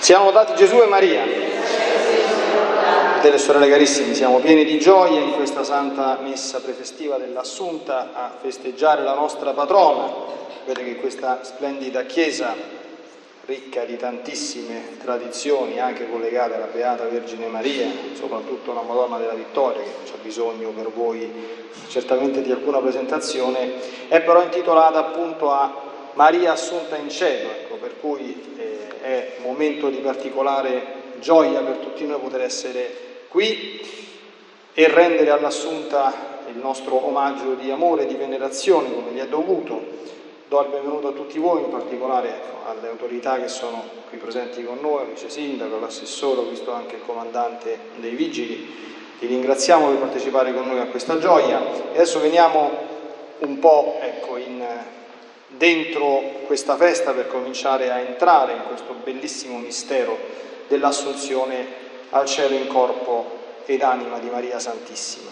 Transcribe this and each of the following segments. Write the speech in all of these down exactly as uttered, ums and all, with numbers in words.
Siamo lodati Gesù e Maria. Fratelli e sorelle carissimi, siamo pieni di gioia in questa santa messa prefestiva dell'Assunta a festeggiare la nostra patrona. Vedete che questa splendida chiesa, ricca di tantissime tradizioni anche collegate alla Beata Vergine Maria, soprattutto la Madonna della Vittoria, che c'ha bisogno per voi certamente di alcuna presentazione, è però intitolata appunto a Maria Assunta in cielo, ecco, per cui eh, è momento di particolare gioia per tutti noi poter essere qui e rendere all'Assunta il nostro omaggio di amore e di venerazione come gli è dovuto. Do il benvenuto a tutti voi, in particolare ecco, alle autorità che sono qui presenti con noi, al vice sindaco, all'assessore, ho visto anche il comandante dei vigili. Vi ringraziamo per partecipare con noi a questa gioia e adesso veniamo un po' ecco, in, dentro questa festa per cominciare a entrare in questo bellissimo mistero dell'Assunzione al cielo in corpo ed anima di Maria Santissima.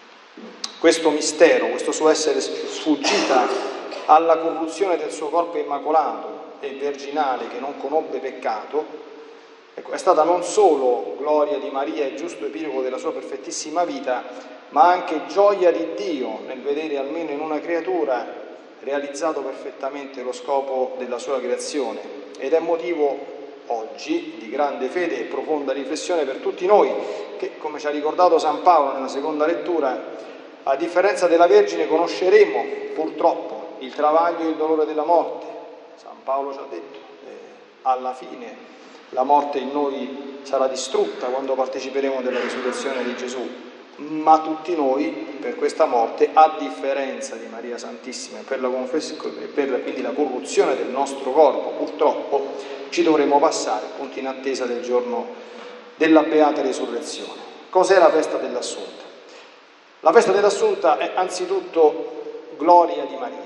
Questo mistero, questo suo essere sfuggita alla corruzione del suo corpo immacolato e virginale che non conobbe peccato, ecco, è stata non solo gloria di Maria e giusto epilogo della sua perfettissima vita, ma anche gioia di Dio nel vedere almeno in una creatura realizzato perfettamente lo scopo della sua creazione, ed è motivo oggi di grande fede e profonda riflessione per tutti noi che, come ci ha ricordato San Paolo nella seconda lettura, a differenza della Vergine conosceremo purtroppo il travaglio e il dolore della morte. San Paolo ci ha detto, eh, alla fine la morte in noi sarà distrutta quando parteciperemo della risurrezione di Gesù, ma tutti noi per questa morte, a differenza di Maria Santissima e per la confessione, per quindi la corruzione del nostro corpo, purtroppo ci dovremo passare appunto in attesa del giorno della beata risurrezione. Cos'è la festa dell'Assunta? La festa dell'Assunta è anzitutto gloria di Maria.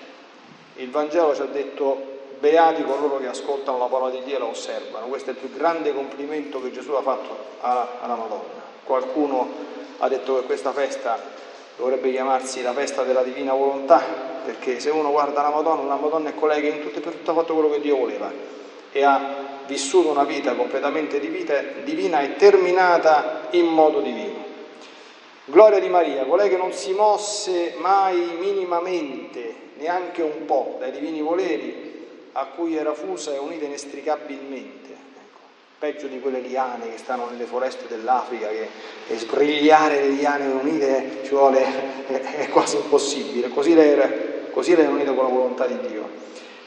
Il Vangelo ci ha detto beati coloro che ascoltano la parola di Dio e la osservano. Questo è il più grande complimento che Gesù ha fatto alla, alla Madonna. Qualcuno ha detto che questa festa dovrebbe chiamarsi la festa della divina volontà, perché se uno guarda la Madonna, la Madonna è colei che in tutto e per tutto ha fatto quello che Dio voleva e ha vissuto una vita completamente divina e terminata in modo divino. Gloria di Maria, colei che non si mosse mai minimamente, neanche un po', dai divini voleri a cui era fusa e unita inestricabilmente. Ecco, peggio di quelle liane che stanno nelle foreste dell'Africa, che e sbrigliare le liane unite ci vuole, è, è quasi impossibile. Così lei, era, così lei era unita con la volontà di Dio.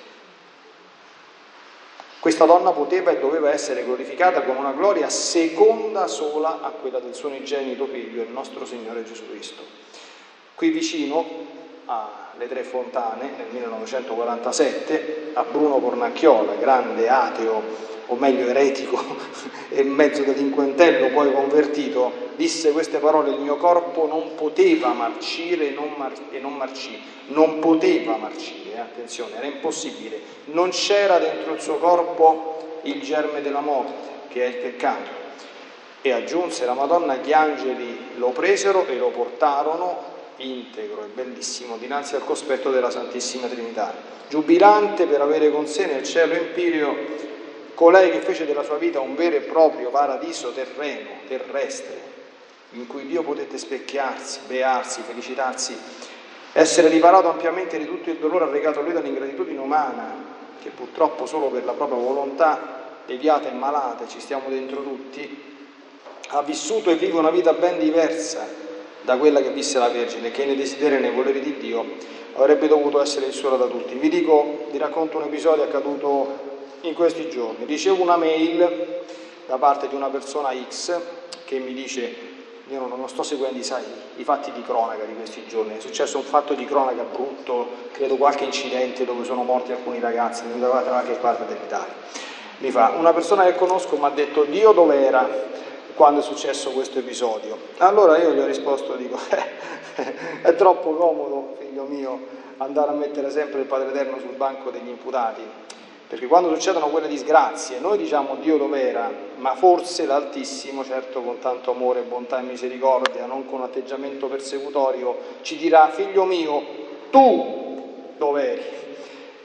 Questa donna poteva e doveva essere glorificata con una gloria seconda sola a quella del suo unigenito Figlio, il nostro Signore Gesù Cristo. Qui vicino alle Tre Fontane, nel millenovecentoquarantasette, a Bruno Cornacchiola, grande ateo, o meglio eretico e mezzo delinquentello, poi convertito, disse queste parole: il mio corpo non poteva marcire e non, mar- e non marcì, non poteva marcire, eh, attenzione, era impossibile, non c'era dentro il suo corpo il germe della morte, che è il peccato. E aggiunse la Madonna, gli angeli lo presero e lo portarono integro e bellissimo dinanzi al cospetto della Santissima Trinità, giubilante per avere con sé nel cielo empireo colei che fece della sua vita un vero e proprio paradiso terreno, terrestre, in cui Dio potette specchiarsi, bearsi, felicitarsi, essere riparato ampiamente di tutto il dolore arrecato a lui dall'ingratitudine umana, che purtroppo solo per la propria volontà deviata e malata, ci stiamo dentro tutti, ha vissuto e vive una vita ben diversa da quella che visse la Vergine, che nei desideri e nei voleri di Dio avrebbe dovuto essere il suo da tutti. Vi dico, vi racconto un episodio accaduto in questi giorni. Ricevo una mail da parte di una persona X che mi dice: io non, non sto seguendo sai, i fatti di cronaca di questi giorni, è successo un fatto di cronaca brutto, credo qualche incidente dove sono morti alcuni ragazzi da qualche parte dell'Italia. Mi fa, una persona che conosco mi ha detto: Dio dov'era quando è successo questo episodio? Allora io gli ho risposto, dico, eh, è troppo comodo, figlio mio, andare a mettere sempre il Padre Eterno sul banco degli imputati, perché quando succedono quelle disgrazie noi diciamo Dio dov'era, ma forse l'Altissimo, certo con tanto amore, bontà e misericordia, non con atteggiamento persecutorio, ci dirà: figlio mio, tu dov'eri?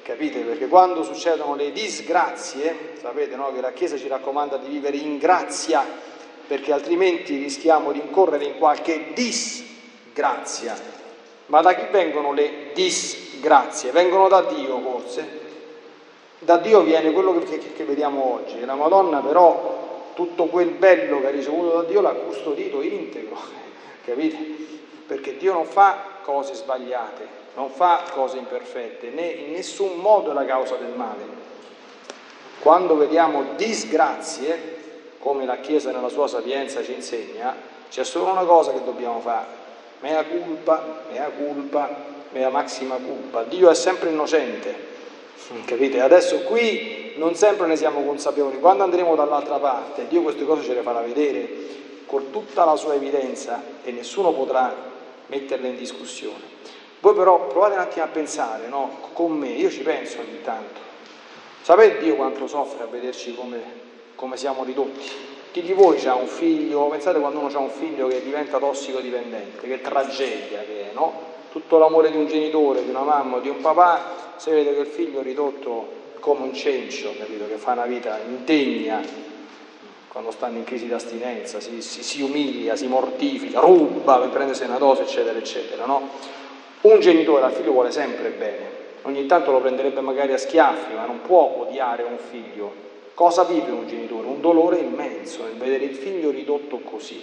capite? Perché quando succedono le disgrazie, sapete, no? Che la Chiesa ci raccomanda di vivere in grazia, perché altrimenti rischiamo di incorrere in qualche disgrazia. Ma da chi vengono le disgrazie? Vengono da Dio forse? Da Dio viene quello che, che, che vediamo oggi, e la Madonna però tutto quel bello che ha ricevuto da Dio l'ha custodito integro, capite? Perché Dio non fa cose sbagliate, non fa cose imperfette, né in nessun modo è la causa del male. Quando vediamo disgrazie, come la Chiesa nella sua sapienza ci insegna, c'è solo una cosa che dobbiamo fare: mea culpa, mea culpa, mea maxima culpa. Dio è sempre innocente, capite? Adesso qui non sempre ne siamo consapevoli, quando andremo dall'altra parte Dio queste cose ce le farà vedere con tutta la sua evidenza e nessuno potrà metterle in discussione. Voi però provate un attimo a pensare, no? Con me, io ci penso ogni tanto. Sapete Dio quanto soffre a vederci come, come siamo ridotti? Chi di voi ha un figlio, pensate quando uno ha un figlio che diventa tossicodipendente, che tragedia che è, no? Tutto l'amore di un genitore, di una mamma, di un papà, se vede che il figlio è ridotto come un cencio, capito? Che fa una vita indegna, quando stanno in crisi d'astinenza, si, si, si umilia, si mortifica, ruba per prendersi una dose, eccetera, eccetera, no? Un genitore al figlio vuole sempre bene, ogni tanto lo prenderebbe magari a schiaffi, ma non può odiare un figlio. Cosa vive un genitore? Un dolore immenso nel vedere il figlio ridotto così.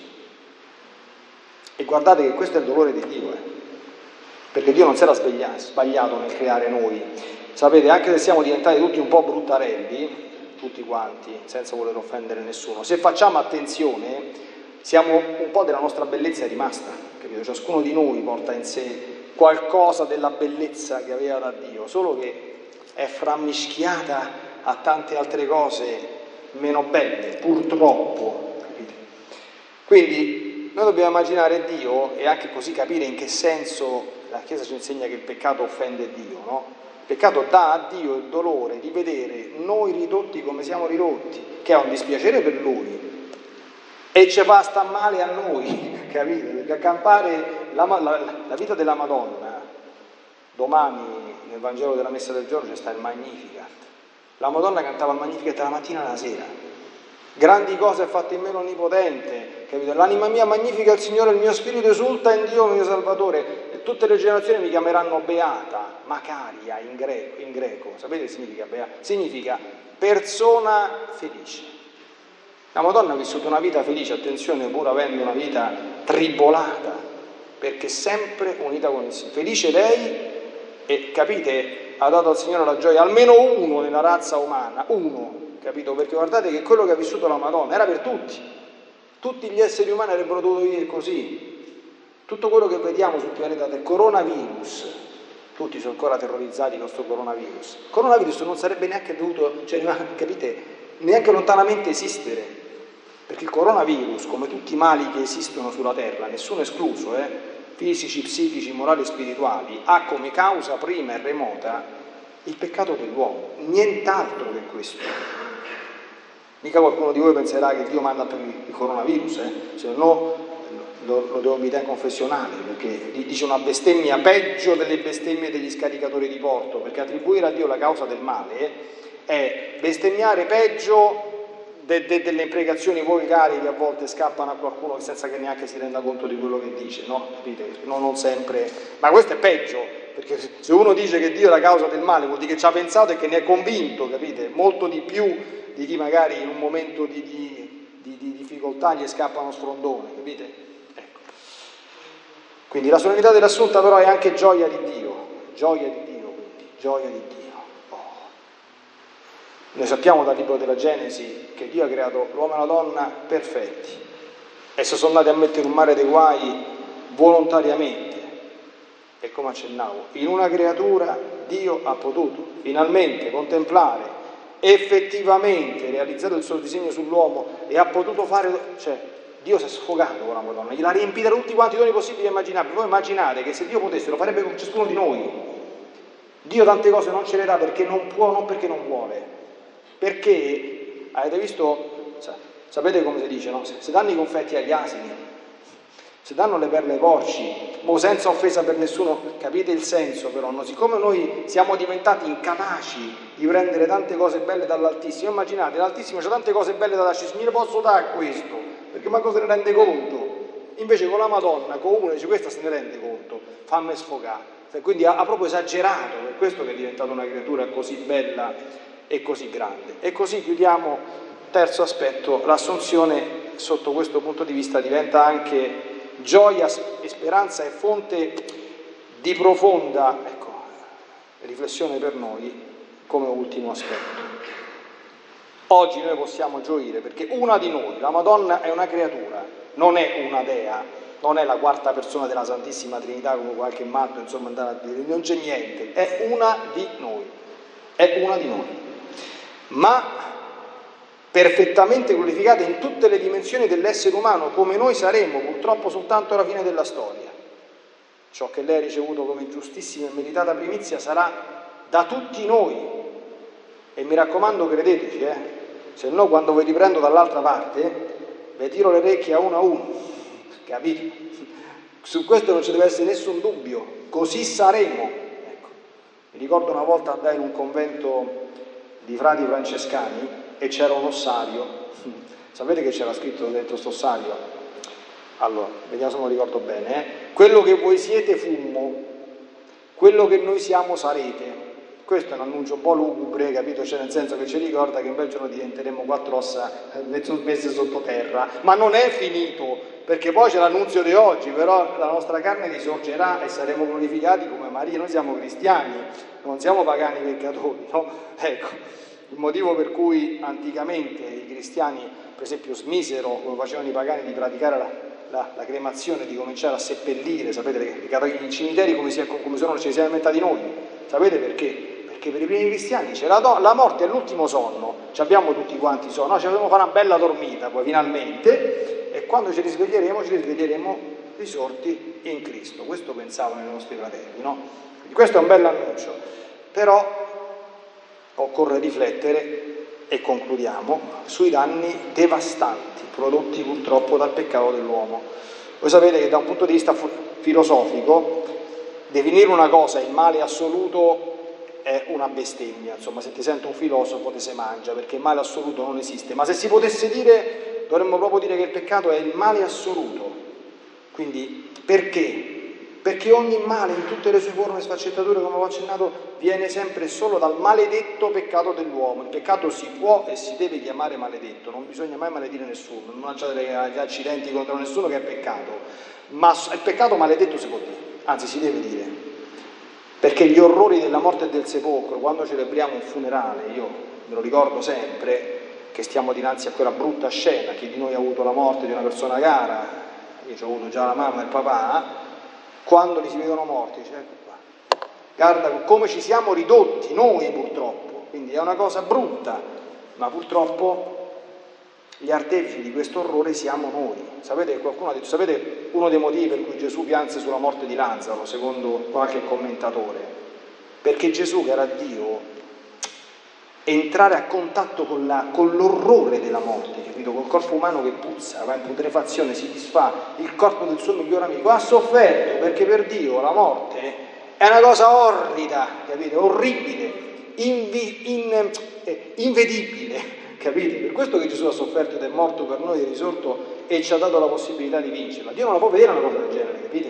E guardate che questo è il dolore di Dio, eh? Perché Dio non si era sbagliato nel creare noi. Sapete, anche se siamo diventati tutti un po' bruttarelli, tutti quanti, senza voler offendere nessuno, se facciamo attenzione, siamo un po' della nostra bellezza è rimasta, capito? Ciascuno di noi porta in sé qualcosa della bellezza che aveva da Dio, solo che è frammischiata a tante altre cose meno belle, purtroppo, capite? Quindi noi dobbiamo immaginare Dio e anche così capire in che senso la Chiesa ci insegna che il peccato offende Dio, no? Il peccato dà a Dio il dolore di vedere noi ridotti come siamo ridotti, che è un dispiacere per Lui e ci fa sta male a noi, capite? Perché accampare la, la, la vita della Madonna, domani nel Vangelo della Messa del Giorno c'è sta il Magnificat. La Madonna cantava il Magnificat dalla mattina alla sera. Grandi cose ha fatto in me l'Onnipotente, capito? L'anima mia magnifica il Signore, il mio spirito esulta in Dio mio Salvatore. E tutte le generazioni mi chiameranno beata, macaria in greco, in greco. Sapete che significa beata? Significa persona felice. La Madonna ha vissuto una vita felice, attenzione, pur avendo una vita tribolata, perché sempre unita con il Signore. Felice lei e, capite, ha dato al Signore la gioia, almeno uno nella razza umana, uno. Capito? Perché guardate che quello che ha vissuto la Madonna era per tutti, tutti gli esseri umani avrebbero dovuto vivere così. Tutto quello che vediamo sul pianeta del coronavirus, tutti sono ancora terrorizzati con questo coronavirus. Il coronavirus non sarebbe neanche dovuto, cioè, capite, neanche lontanamente esistere, perché il coronavirus, come tutti i mali che esistono sulla Terra, nessuno escluso, eh, fisici, psichici, morali e spirituali, ha come causa prima e remota il peccato dell'uomo, nient'altro che questo. Mica qualcuno di voi penserà che Dio manda per il coronavirus, eh? Se no lo, lo devo invitare in confessionale, perché dice una bestemmia peggio delle bestemmie degli scaricatori di porto, perché attribuire a Dio la causa del male è bestemmiare peggio de, de, delle imprecazioni volgari che a volte scappano a qualcuno senza che neanche si renda conto di quello che dice, no? Capite? No, non sempre, ma questo è peggio, perché se uno dice che Dio è la causa del male vuol dire che ci ha pensato e che ne è convinto, capite? Molto di più di chi magari in un momento di, di, di, di difficoltà gli scappa uno strondone, capite? Ecco. Quindi la solennità dell'Assunta però è anche gioia di Dio, gioia di Dio, quindi, gioia di Dio. Oh. Noi sappiamo dal libro della Genesi che Dio ha creato l'uomo e la donna perfetti e se sono andati a mettere un mare dei guai volontariamente, e come accennavo, in una creatura Dio ha potuto finalmente contemplare effettivamente realizzato il suo disegno sull'uomo e ha potuto fare, cioè Dio si è sfogato con la Madonna, gliela riempita da tutti quanti i doni possibili e immaginabili. Voi immaginate che se Dio potesse lo farebbe con ciascuno di noi. Dio tante cose non ce le dà perché non può, non perché non vuole, perché avete visto, sapete come si dice, no? Se danno i confetti agli asini, si danno le perle ai porci, mo senza offesa per nessuno, capite il senso però, no? Siccome noi siamo diventati incapaci di prendere tante cose belle dall'Altissimo, immaginate, l'Altissimo c'ha tante cose belle da darci, mi ne posso dare questo, perché ma cosa ne rende conto? Invece con la Madonna, con uno dice questa se ne rende conto, fammi sfogare. Quindi ha, ha proprio esagerato, per questo che è diventata una creatura così bella e così grande. E così chiudiamo, terzo aspetto, l'assunzione sotto questo punto di vista diventa anche gioia e speranza e fonte di profonda, ecco, riflessione per noi come ultimo aspetto. Oggi noi possiamo gioire perché una di noi, la Madonna, è una creatura, non è una dea, non è la quarta persona della Santissima Trinità come qualche matto, insomma, andare a dire, non c'è niente, è una di noi, è una di noi, ma perfettamente glorificata in tutte le dimensioni dell'essere umano, come noi saremo purtroppo soltanto alla fine della storia. Ciò che lei ha ricevuto come giustissima e meritata primizia sarà da tutti noi, e mi raccomando, credeteci, eh, se no quando vi riprendo dall'altra parte vi tiro le orecchie a uno a uno, capite? Su questo non ci deve essere nessun dubbio, così saremo. Ecco. Mi ricordo una volta andai in un convento di frati francescani e c'era un ossario, sapete che c'era scritto dentro questo ossario? Allora, vediamo se me lo ricordo bene, eh? Quello che voi siete fummo, quello che noi siamo sarete. Questo è un annuncio un po' lugubre, capito? Cioè nel senso che ci ricorda che un bel giorno diventeremo quattro ossa messe sottoterra, ma non è finito, perché poi c'è l'annunzio di oggi, però la nostra carne risorgerà e saremo glorificati come Maria. Noi siamo cristiani, non siamo pagani peccatori, no? Ecco. Il motivo per cui anticamente i cristiani, per esempio, smisero, come facevano i pagani, di praticare la, la, la cremazione, di cominciare a seppellire, sapete, i cimiteri come, si, come sono, ce li siamo inventati noi, sapete perché? Perché per i primi cristiani c'era la, la morte è l'ultimo sonno, ci abbiamo tutti quanti sonno, no? Ci dobbiamo fare una bella dormita poi finalmente, e quando ci risveglieremo, ci risveglieremo risorti in Cristo. Questo pensavano i nostri fratelli, no? Quindi questo è un bel annuncio, però occorre riflettere, e concludiamo, sui danni devastanti prodotti purtroppo dal peccato dell'uomo. Voi sapete che da un punto di vista filosofico definire una cosa il male assoluto è una bestemmia, insomma, se ti sente un filosofo te se mangia, perché il male assoluto non esiste, ma se si potesse dire, dovremmo proprio dire che il peccato è il male assoluto. Quindi perché? Perché ogni male, in tutte le sue forme e sfaccettature, come ho accennato, viene sempre solo dal maledetto peccato dell'uomo. Il peccato si può e si deve chiamare maledetto, non bisogna mai maledire nessuno, non lanciate gli accidenti contro nessuno che è peccato, ma il peccato maledetto si può dire, anzi si deve dire, perché gli orrori della morte e del sepolcro, quando celebriamo un funerale, io me lo ricordo sempre, che stiamo dinanzi a quella brutta scena, chi di noi ha avuto la morte di una persona cara, io ho avuto già la mamma e il papà, quando li si vedono morti, dice, ecco qua, guarda come ci siamo ridotti noi purtroppo, quindi è una cosa brutta, ma purtroppo gli artefici di questo orrore siamo noi. Sapete, qualcuno ha detto, sapete uno dei motivi per cui Gesù pianse sulla morte di Lazzaro, secondo qualche commentatore? Perché Gesù, che era Dio, entrare a contatto con, la, con l'orrore della morte, capito? Col corpo umano che puzza, va in putrefazione, si disfa, il corpo del suo migliore amico, ha sofferto, perché per Dio la morte è una cosa orrida, capite? Orribile, invi, in, eh, invedibile, capite? Per questo che Gesù ha sofferto ed è morto per noi, è risorto e ci ha dato la possibilità di vincerla. Dio non la può vedere una cosa del genere, capite?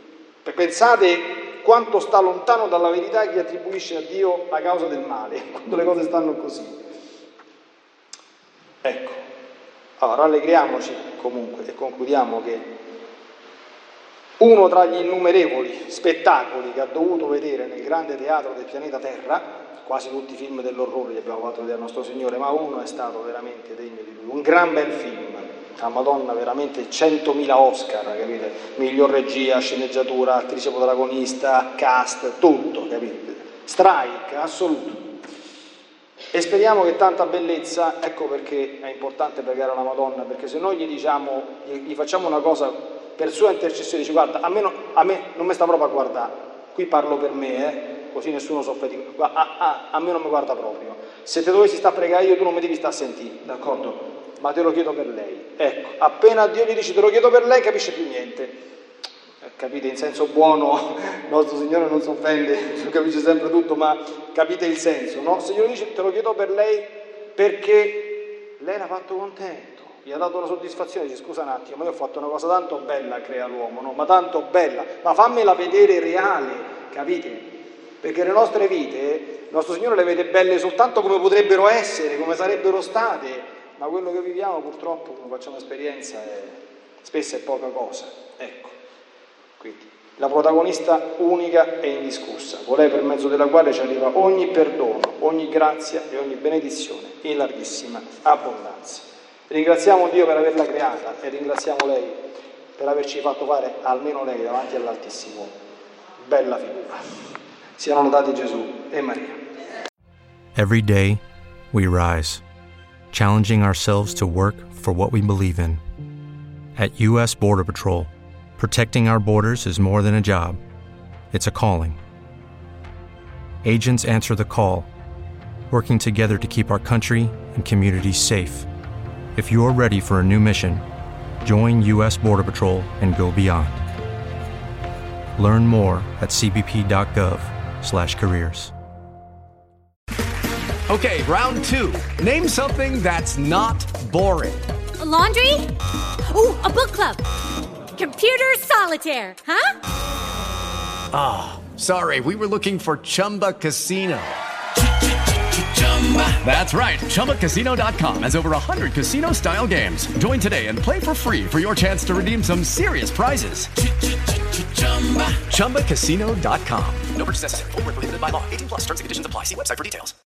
Pensate quanto sta lontano dalla verità chi attribuisce a Dio la causa del male, quando le cose stanno così. Ecco, allora rallegriamoci comunque e concludiamo che uno tra gli innumerevoli spettacoli che ha dovuto vedere nel grande teatro del pianeta Terra, quasi tutti i film dell'orrore li abbiamo fatto vedere al nostro Signore, ma uno è stato veramente degno di lui, un gran bel film. La Madonna veramente centomila Oscar, capite? Miglior regia, sceneggiatura, attrice protagonista, cast, tutto, capite? Strike, assoluto. E speriamo che tanta bellezza, ecco perché è importante pregare alla Madonna, perché se noi gli diciamo, gli, gli facciamo una cosa per sua intercessione, dice guarda, a me, no, a me non mi sta proprio a guardare, qui parlo per me, eh, così nessuno soffre di... Ah, ah, a me non mi guarda proprio. Se te dovessi stare a pregare io, tu non mi devi stare a sentire, d'accordo? ma te lo chiedo per lei. Ecco, appena Dio gli dice te lo chiedo per lei, capisce più niente. Capite, in senso buono, il nostro Signore non si offende, non capisce sempre tutto, ma capite il senso, no? Se glielo dice te lo chiedo per lei perché lei l'ha fatto contento, gli ha dato una soddisfazione, dice scusa un attimo, ma io ho fatto una cosa tanto bella, crea l'uomo, no? Ma tanto bella, ma fammela vedere reale, capite? Perché le nostre vite, il nostro Signore le vede belle soltanto come potrebbero essere, come sarebbero state, ma quello che viviamo purtroppo, come facciamo esperienza, è, spesso è poca cosa, ecco. Quindi la protagonista unica e indiscussa, colei per mezzo della quale ci arriva ogni perdono, ogni grazia e ogni benedizione in larghissima abbondanza. Ringraziamo Dio per averla creata e ringraziamo lei per averci fatto fare, almeno lei, davanti all'Altissimo, bella figura. Siano lodati Gesù e Maria. Every day we rise, challenging ourselves to work for what we believe in. At U S Border Patrol, protecting our borders is more than a job, it's a calling. Agents answer the call, working together to keep our country and communities safe. If you're ready for a new mission, join U S Border Patrol and go beyond. Learn more at c b p dot gov slash careers. Okay, round two. Name something that's not boring. A laundry? Ooh, a book club. Computer solitaire, huh? Ah, oh, sorry, we were looking for Chumba Casino. That's right, Chumba Casino dot com has over one hundred casino-style games. Join today and play for free for your chance to redeem some serious prizes. Chumba Casino dot com. No purchase necessary. Void where prohibited by law. eighteen plus terms and conditions apply. See website for details.